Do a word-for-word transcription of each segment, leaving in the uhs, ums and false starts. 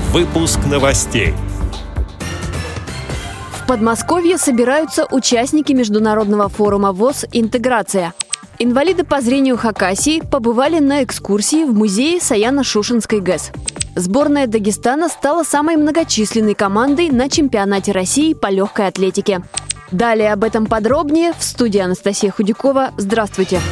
Выпуск новостей. В Подмосковье собираются участники международного форума ВОС «Интеграция». Инвалиды по зрению Хакасии побывали на экскурсии в музее Саяно-Шушенской ГЭС. Сборная Дагестана стала самой многочисленной командой на чемпионате России по легкой атлетике. Далее об этом подробнее в студии Анастасия Худякова. Здравствуйте!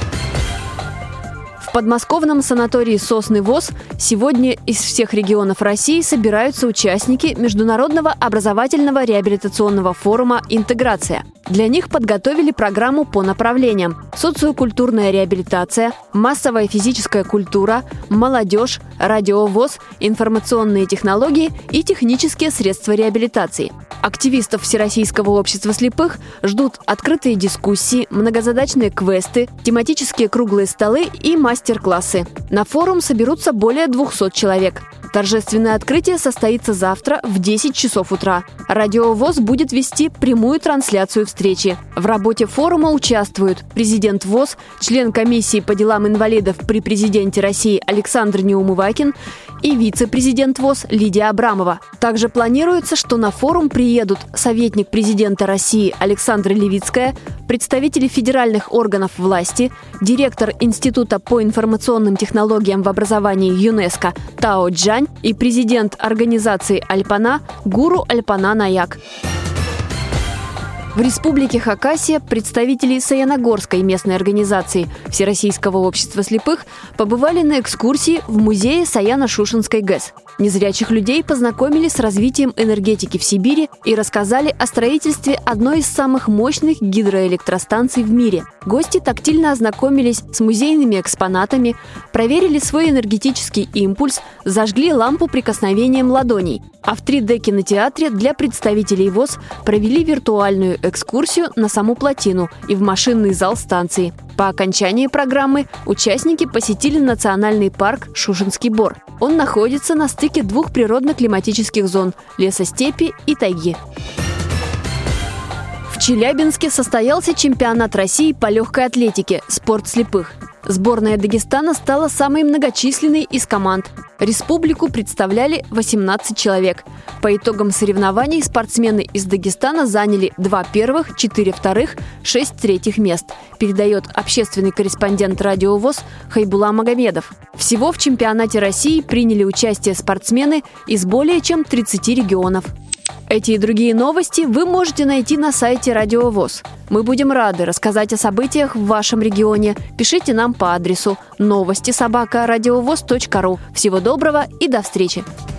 В подмосковном санатории «Сосны ВОС» сегодня из всех регионов России собираются участники Международного образовательного реабилитационного форума «Интеграция». Для них подготовили программу по направлениям: социокультурная реабилитация, массовая физическая культура, молодежь, радиовоз, информационные технологии и технические средства реабилитации. Активистов Всероссийского общества слепых ждут открытые дискуссии, многозадачные квесты, тематические круглые столы и мастер-классы. На форум соберутся более двухсот человек. Торжественное открытие состоится завтра в десять часов утра. Радиовоз будет вести прямую трансляцию встречи. В работе форума участвуют президент ВОС, член комиссии по делам инвалидов при президенте России Александр Неумывакин и вице-президент ВОС Лидия Абрамова. Также планируется, что на форум приедут советник президента России Александра Левицкая, представители федеральных органов власти, директор Института по информационным технологиям в образовании ЮНЕСКО Тао Джань и президент организации Альпана Гуру Альпана Наяк. В Республике Хакасия представители Саяногорской местной организации Всероссийского общества слепых побывали на экскурсии в музее Саяно-Шушенской ГЭС. Незрячих людей познакомили с развитием энергетики в Сибири и рассказали о строительстве одной из самых мощных гидроэлектростанций в мире. Гости тактильно ознакомились с музейными экспонатами, проверили свой энергетический импульс, зажгли лампу прикосновением ладоней. А в три дэ-кинотеатре для представителей ВОС провели виртуальную экскурсию на саму плотину и в машинный зал станции. По окончании программы участники посетили национальный парк Шушенский Бор. Он находится на стыке двух природно-климатических зон – лесостепи и тайги. В Челябинске состоялся чемпионат России по легкой атлетике «Спорт слепых». Сборная Дагестана стала самой многочисленной из команд. Республику представляли восемнадцать человек. По итогам соревнований спортсмены из Дагестана заняли два первых, четыре вторых, шесть третьих мест, передает общественный корреспондент Радио ВОС Хайбула Магомедов. Всего в чемпионате России приняли участие спортсмены из более чем тридцати регионов. Эти и другие новости вы можете найти на сайте Радио ВОС. Мы будем рады рассказать о событиях в вашем регионе. Пишите нам по адресу новости собака радиовоз точка ру. Всего доброго и до встречи!